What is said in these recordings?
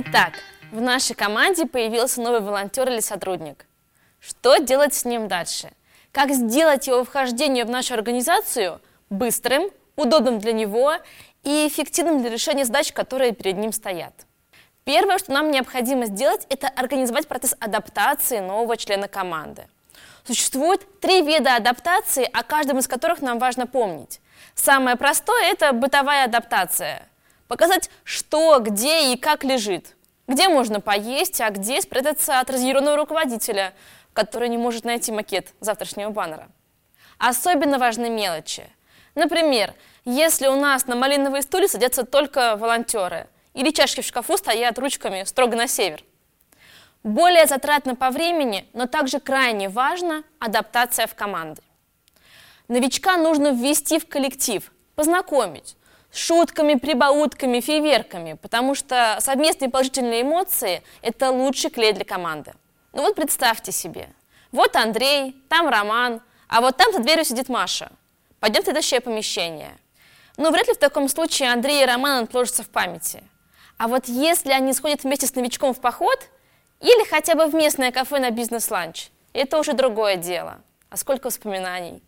Итак, в нашей команде появился новый волонтер или сотрудник. Что делать с ним дальше? Как сделать его вхождение в нашу организацию быстрым, удобным для него и эффективным для решения задач, которые перед ним стоят? Первое, что нам необходимо сделать, это организовать процесс адаптации нового члена команды. Существует 3 вида адаптации, о каждом из которых нам важно помнить. Самое простое – это бытовая адаптация. Показать, что, где и как лежит. Где можно поесть, а где спрятаться от разъяренного руководителя, который не может найти макет завтрашнего баннера. Особенно важны мелочи. Например, если у нас на малиновые стулья садятся только волонтеры, или чашки в шкафу стоят ручками строго на север. Более затратно по времени, но также крайне важна адаптация в команды. Новичка нужно ввести в коллектив, познакомить с шутками, прибаутками, фейерверками, потому что совместные положительные эмоции – это лучший клей для команды. Ну вот представьте себе, вот Андрей, там Роман, а вот там за дверью сидит Маша. Пойдем в следующее помещение. Но вряд ли в таком случае Андрей и Роман отложатся в памяти. А вот если они сходят вместе с новичком в поход или хотя бы в местное кафе на бизнес-ланч, это уже другое дело. А сколько воспоминаний.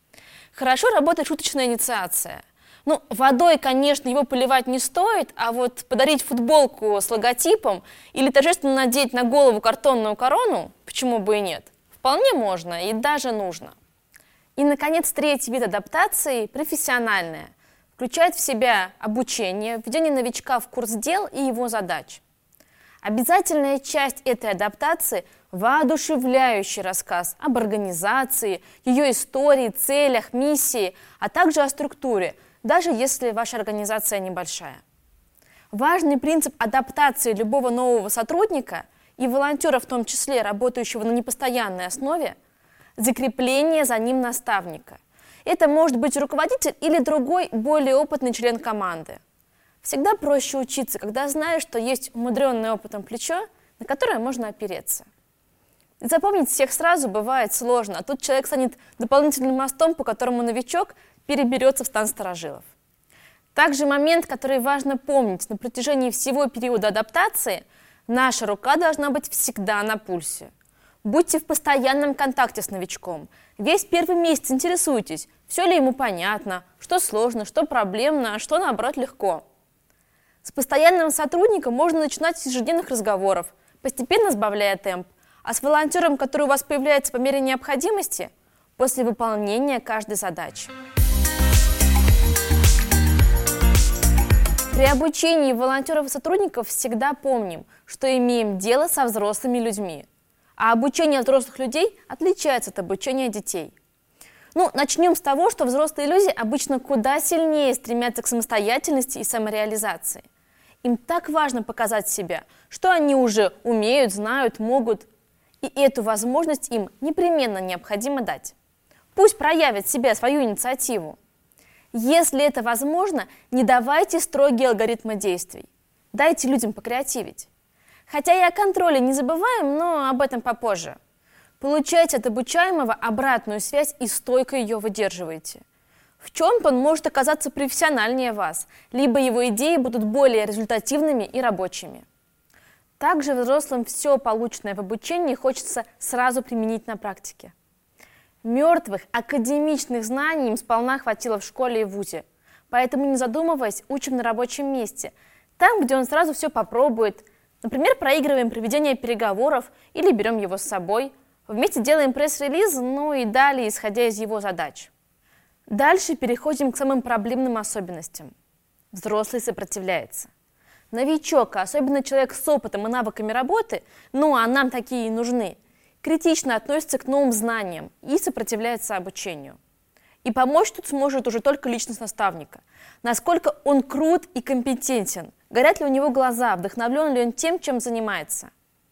Хорошо работает шуточная инициация. Ну, водой, конечно, его поливать не стоит, а вот подарить футболку с логотипом или торжественно надеть на голову картонную корону, почему бы и нет, вполне можно и даже нужно. И, наконец, 3-й вид адаптации – профессиональная. Включает в себя обучение, введение новичка в курс дел и его задач. Обязательная часть этой адаптации – воодушевляющий рассказ об организации, ее истории, целях, миссии, а также о структуре, даже если ваша организация небольшая. Важный принцип адаптации любого нового сотрудника и волонтера, в том числе работающего на непостоянной основе – закрепление за ним наставника. Это может быть руководитель или другой, более опытный член команды. Всегда проще учиться, когда знаешь, что есть умудренное опытом плечо, на которое можно опереться. И запомнить всех сразу бывает сложно, а тут человек станет дополнительным мостом, по которому новичок переберется в стан старожилов. Также момент, который важно помнить на протяжении всего периода адаптации – наша рука должна быть всегда на пульсе. Будьте в постоянном контакте с новичком. Весь первый месяц интересуйтесь, все ли ему понятно, что сложно, что проблемно, а что, наоборот, легко. С постоянным сотрудником можно начинать с ежедневных разговоров, постепенно сбавляя темп, а с волонтером, который у вас появляется по мере необходимости, после выполнения каждой задачи. При обучении волонтеров и сотрудников всегда помним, что имеем дело со взрослыми людьми. А обучение взрослых людей отличается от обучения детей. Начнем с того, что взрослые люди обычно куда сильнее стремятся к самостоятельности и самореализации. Им так важно показать себя, что они уже умеют, знают, могут. И эту возможность им непременно необходимо дать. Пусть проявят в себе свою инициативу. Если это возможно, не давайте строгие алгоритмы действий. Дайте людям покреативить. Хотя и о контроле не забываем, но об этом попозже. Получайте от обучаемого обратную связь и стойко ее выдерживайте. В чем-то он может оказаться профессиональнее вас, либо его идеи будут более результативными и рабочими. Также взрослым все полученное в обучении хочется сразу применить на практике. Мертвых, академичных знаний им сполна хватило в школе и вузе. Поэтому, не задумываясь, учим на рабочем месте, там, где он сразу все попробует. Например, проигрываем проведение переговоров или берем его с собой. Вместе делаем пресс-релиз, и далее, исходя из его задач. Дальше переходим к самым проблемным особенностям. Взрослый сопротивляется. Новичок, особенно человек с опытом и навыками работы, а нам такие и нужны, критично относится к новым знаниям и сопротивляется обучению. И помочь тут сможет уже только личность наставника. Насколько он крут и компетентен, горят ли у него глаза, вдохновлен ли он тем, чем занимается.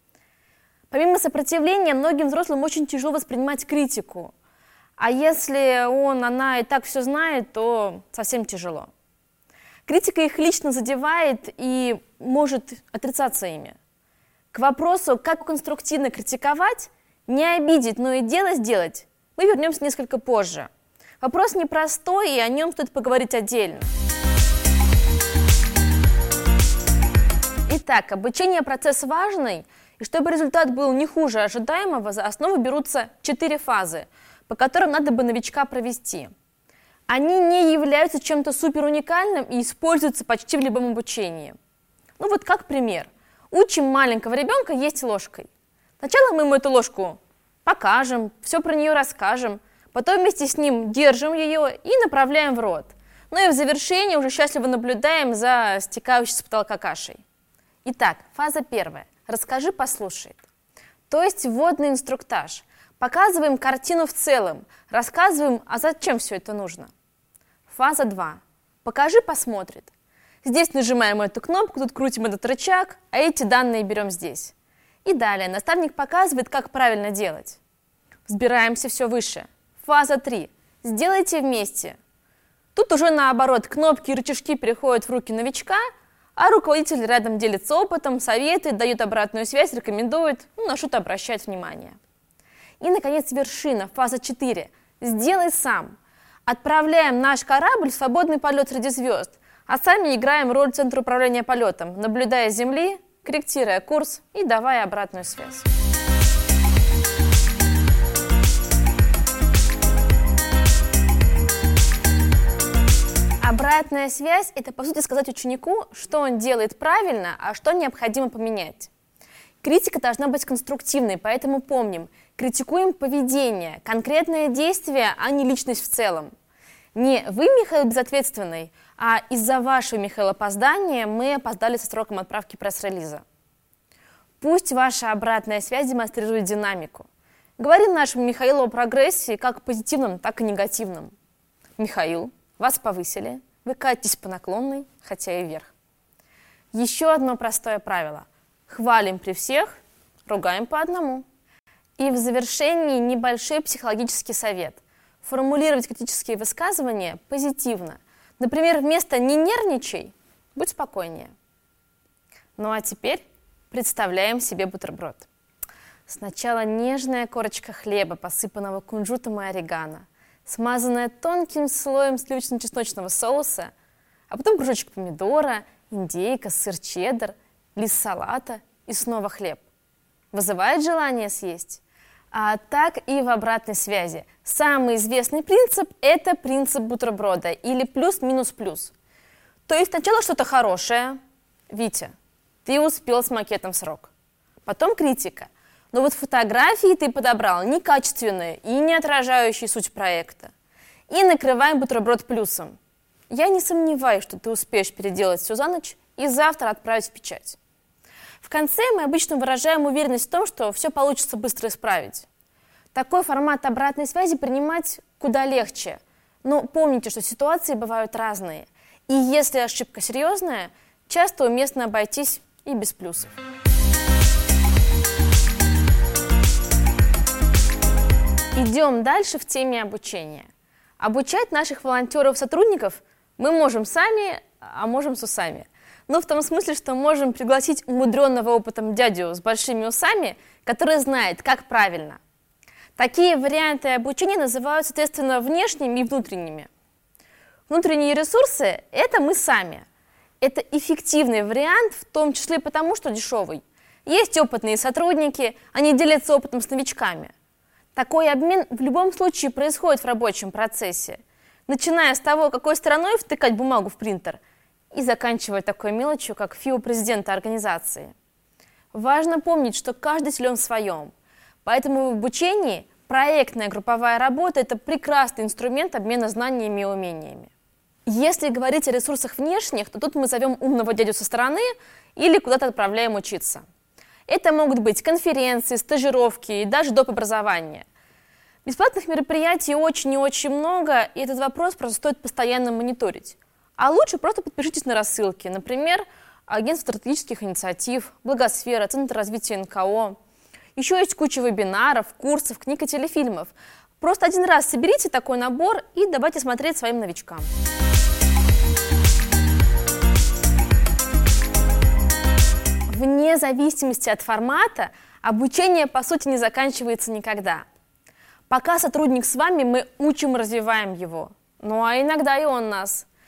Помимо сопротивления, многим взрослым очень тяжело воспринимать критику. А если она и так все знает, то совсем тяжело. Критика их лично задевает и может отрицаться ими. К вопросу, как конструктивно критиковать, не обидеть, но и дело сделать, мы вернемся несколько позже. Вопрос непростой, и о нем стоит поговорить отдельно. Итак, обучение – процесс важный, и чтобы результат был не хуже ожидаемого, за основу берутся 4 фазы, по которым надо бы новичка провести. Они не являются чем-то супер уникальным и используются почти в любом обучении. Ну вот как пример. Учим маленького ребенка есть ложкой. Сначала мы ему эту ложку покажем, все про нее расскажем, потом вместе с ним держим ее и направляем в рот. Ну и в завершении уже счастливо наблюдаем за стекающей с потолка кашей. Итак, фаза первая. Расскажи, послушай. То есть вводный инструктаж. Показываем картину в целом, рассказываем, а зачем все это нужно. Фаза 2. Покажи, посмотрит. Здесь нажимаем эту кнопку, тут крутим этот рычаг, а эти данные берем здесь. И далее наставник показывает, как правильно делать. Взбираемся все выше. Фаза 3. Сделайте вместе. Тут уже наоборот, кнопки и рычажки переходят в руки новичка, а руководитель рядом делится опытом, советует, дает обратную связь, рекомендует, на что-то обращает внимание. И, наконец, вершина, фаза 4. Сделай сам. Отправляем наш корабль в свободный полет среди звезд, а сами играем роль центра управления полетом, наблюдая с Земли, корректируя курс и давая обратную связь. Обратная связь – это, по сути, сказать ученику, что он делает правильно, а что необходимо поменять. Критика должна быть конструктивной, поэтому помним, критикуем поведение, конкретное действие, а не личность в целом. Не вы, Михаил, безответственный, а из-за вашего, Михаил, опоздания мы опоздали со сроком отправки пресс-релиза. Пусть ваша обратная связь демонстрирует динамику. Говорим нашему Михаилу о прогрессе как позитивном, так и негативном. Михаил, вас повысили, вы катитесь по наклонной, хотя и вверх. Еще одно простое правило. Хвалим при всех, ругаем по одному. И в завершении небольшой психологический совет. Формулировать критические высказывания позитивно. Например, вместо «не нервничай» будь спокойнее. Ну а теперь представляем себе бутерброд. Сначала нежная корочка хлеба, посыпанного кунжутом и орегано, смазанная тонким слоем сливочно-чесночного соуса, а потом кружочек помидора, индейка, сыр чеддер, лист салата и снова хлеб. Вызывает желание съесть? А так и в обратной связи. Самый известный принцип – это принцип бутерброда или плюс-минус-плюс. То есть сначала что-то хорошее. Витя, ты успел с макетом в срок. Потом критика. Но вот фотографии ты подобрал некачественные и не отражающие суть проекта. И накрываем бутерброд плюсом. Я не сомневаюсь, что ты успеешь переделать все за ночь и завтра отправить в печать. В конце мы обычно выражаем уверенность в том, что все получится быстро исправить. Такой формат обратной связи принимать куда легче. Но помните, что ситуации бывают разные. И если ошибка серьезная, часто уместно обойтись и без плюсов. Идем дальше в теме обучения. Обучать наших волонтеров-сотрудников мы можем сами, а можем с усами. Но в том смысле, что можем пригласить умудренного опытом дядю с большими усами, который знает, как правильно. Такие варианты обучения называют, соответственно, внешними и внутренними. Внутренние ресурсы – это мы сами. Это эффективный вариант, в том числе потому, что дешевый. Есть опытные сотрудники, они делятся опытом с новичками. Такой обмен в любом случае происходит в рабочем процессе, начиная с того, какой стороной втыкать бумагу в принтер, и заканчивая такой мелочью, как ФИО президента организации. Важно помнить, что каждый силен в своем, поэтому в обучении проектная групповая работа – это прекрасный инструмент обмена знаниями и умениями. Если говорить о ресурсах внешних, то тут мы зовем умного дядю со стороны или куда-то отправляем учиться. Это могут быть конференции, стажировки и даже доп. Образования. Бесплатных мероприятий очень и очень много, и этот вопрос просто стоит постоянно мониторить. А лучше просто подпишитесь на рассылки, например, Агентство стратегических инициатив, Благосфера, Центр развития НКО. Еще есть куча вебинаров, курсов, книг и телефильмов. Просто один раз соберите такой набор и давайте смотреть своим новичкам. Вне зависимости от формата, обучение, по сути, не заканчивается никогда. Пока сотрудник с вами, мы учим и развиваем его. Ну а иногда и он нас.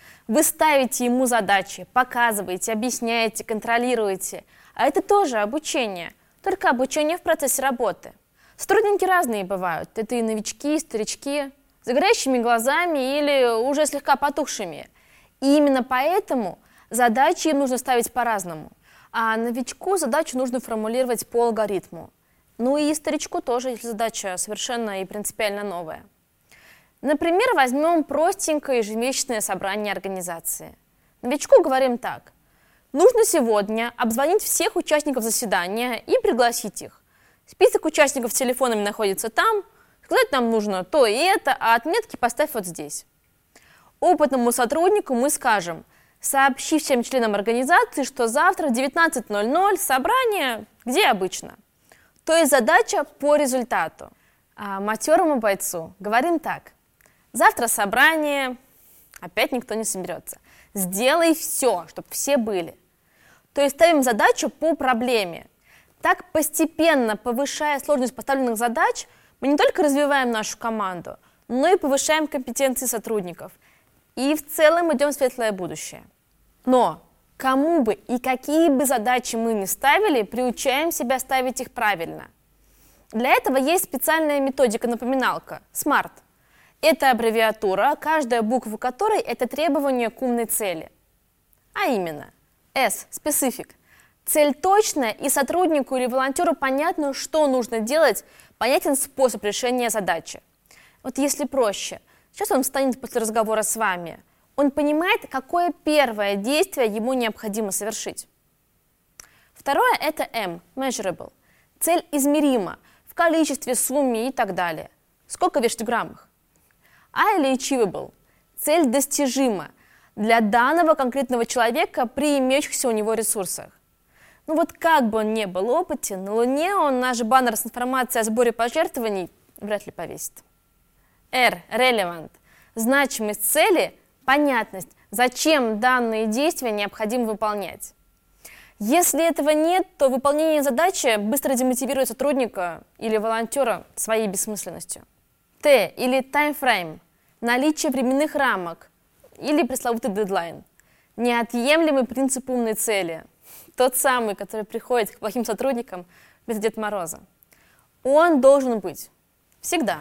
Вы ставите ему задачи, показываете, объясняете, контролируете. А это тоже обучение, только обучение в процессе работы. Сотрудники разные бывают. Это и новички, и старички, с горящими глазами или уже слегка потухшими. И именно поэтому задачи им нужно ставить по-разному. А новичку задачу нужно формулировать по алгоритму. Ну и старичку тоже, если задача совершенно и принципиально новая. Например, возьмем простенькое ежемесячное собрание организации. Новичку говорим так. Нужно сегодня обзвонить всех участников заседания и пригласить их. Список участников с телефонами находится там. Сказать нам нужно то и это, а отметки поставь вот здесь. Опытному сотруднику мы скажем, сообщи всем членам организации, что завтра в 19:00 собрание, где обычно. То есть задача по результату. А матерому бойцу говорим так. Завтра собрание, опять никто не соберется. Сделай все, чтобы все были. То есть ставим задачу по проблеме. Так, постепенно повышая сложность поставленных задач, мы не только развиваем нашу команду, но и повышаем компетенции сотрудников. И в целом идем в светлое будущее. Но кому бы и какие бы задачи мы ни ставили, приучаем себя ставить их правильно. Для этого есть специальная методика-напоминалка SMART. Это аббревиатура, каждая буква которой – это требование к умной цели. А именно, S – specific. Цель точная, и сотруднику или волонтеру понятно, что нужно делать, понятен способ решения задачи. Вот если проще, сейчас он встанет после разговора с вами, он понимает, какое первое действие ему необходимо совершить. Второе – это M – measurable. Цель измерима в количестве, сумме и так далее. Сколько вешать в граммах? А или achievable – цель достижима для данного конкретного человека при имеющихся у него ресурсах. Ну вот как бы он ни был опытен, на Луне он наш баннер с информацией о сборе пожертвований вряд ли повесит. R – relevant – значимость цели, понятность, зачем данные действия необходимо выполнять. Если этого нет, то выполнение задачи быстро демотивирует сотрудника или волонтера своей бессмысленностью. T или time frame – наличие временных рамок или пресловутый дедлайн. Неотъемлемый принцип умной цели. Тот самый, который приходит к плохим сотрудникам без Деда Мороза. Он должен быть. Всегда.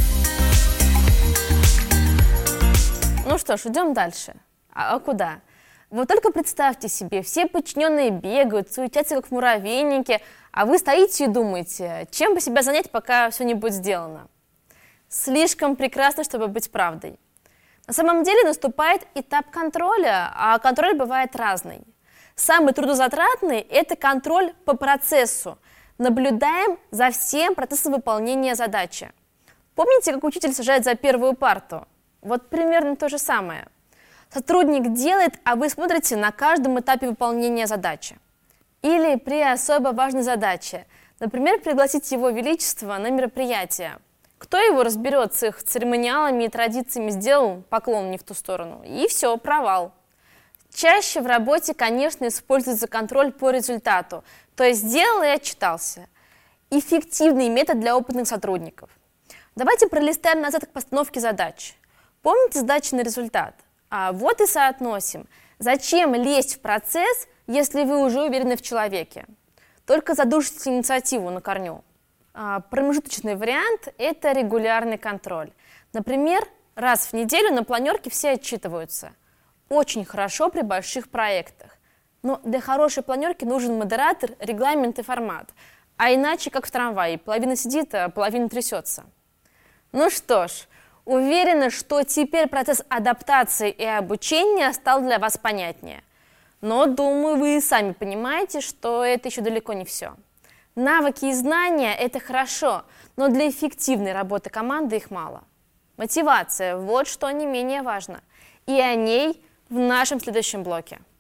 Ну что ж, идем дальше. А куда? Вот только представьте себе, все подчиненные бегают, суетятся как в муравейнике, а вы стоите и думаете, чем бы себя занять, пока все не будет сделано. Слишком прекрасно, чтобы быть правдой. На самом деле наступает этап контроля, а контроль бывает разный. Самый трудозатратный – это контроль по процессу. Наблюдаем за всем процессом выполнения задачи. Помните, как учитель сажает за первую парту? Вот примерно то же самое. Сотрудник делает, а вы смотрите на каждом этапе выполнения задачи. Или при особо важной задаче, например, пригласить его величество на мероприятие. Кто его разберет с их церемониалами и традициями, сделал поклон не в ту сторону, и все, провал. Чаще в работе, конечно, используется контроль по результату, то есть сделал и отчитался. Эффективный метод для опытных сотрудников. Давайте пролистаем назад к постановке задач. Помните задачи на результат? А вот и соотносим. Зачем лезть в процесс, если вы уже уверены в человеке? Только задушите инициативу на корню. Промежуточный вариант – это регулярный контроль. Например, раз в неделю на планерке все отчитываются. Очень хорошо при больших проектах. Но для хорошей планерки нужен модератор, регламент и формат. А иначе, как в трамвае, половина сидит, а половина трясется. Ну что ж, уверена, что теперь процесс адаптации и обучения стал для вас понятнее. Но, думаю, вы и сами понимаете, что это еще далеко не все. Навыки и знания – это хорошо, но для эффективной работы команды их мало. Мотивация – вот что не менее важно. И о ней в нашем следующем блоке.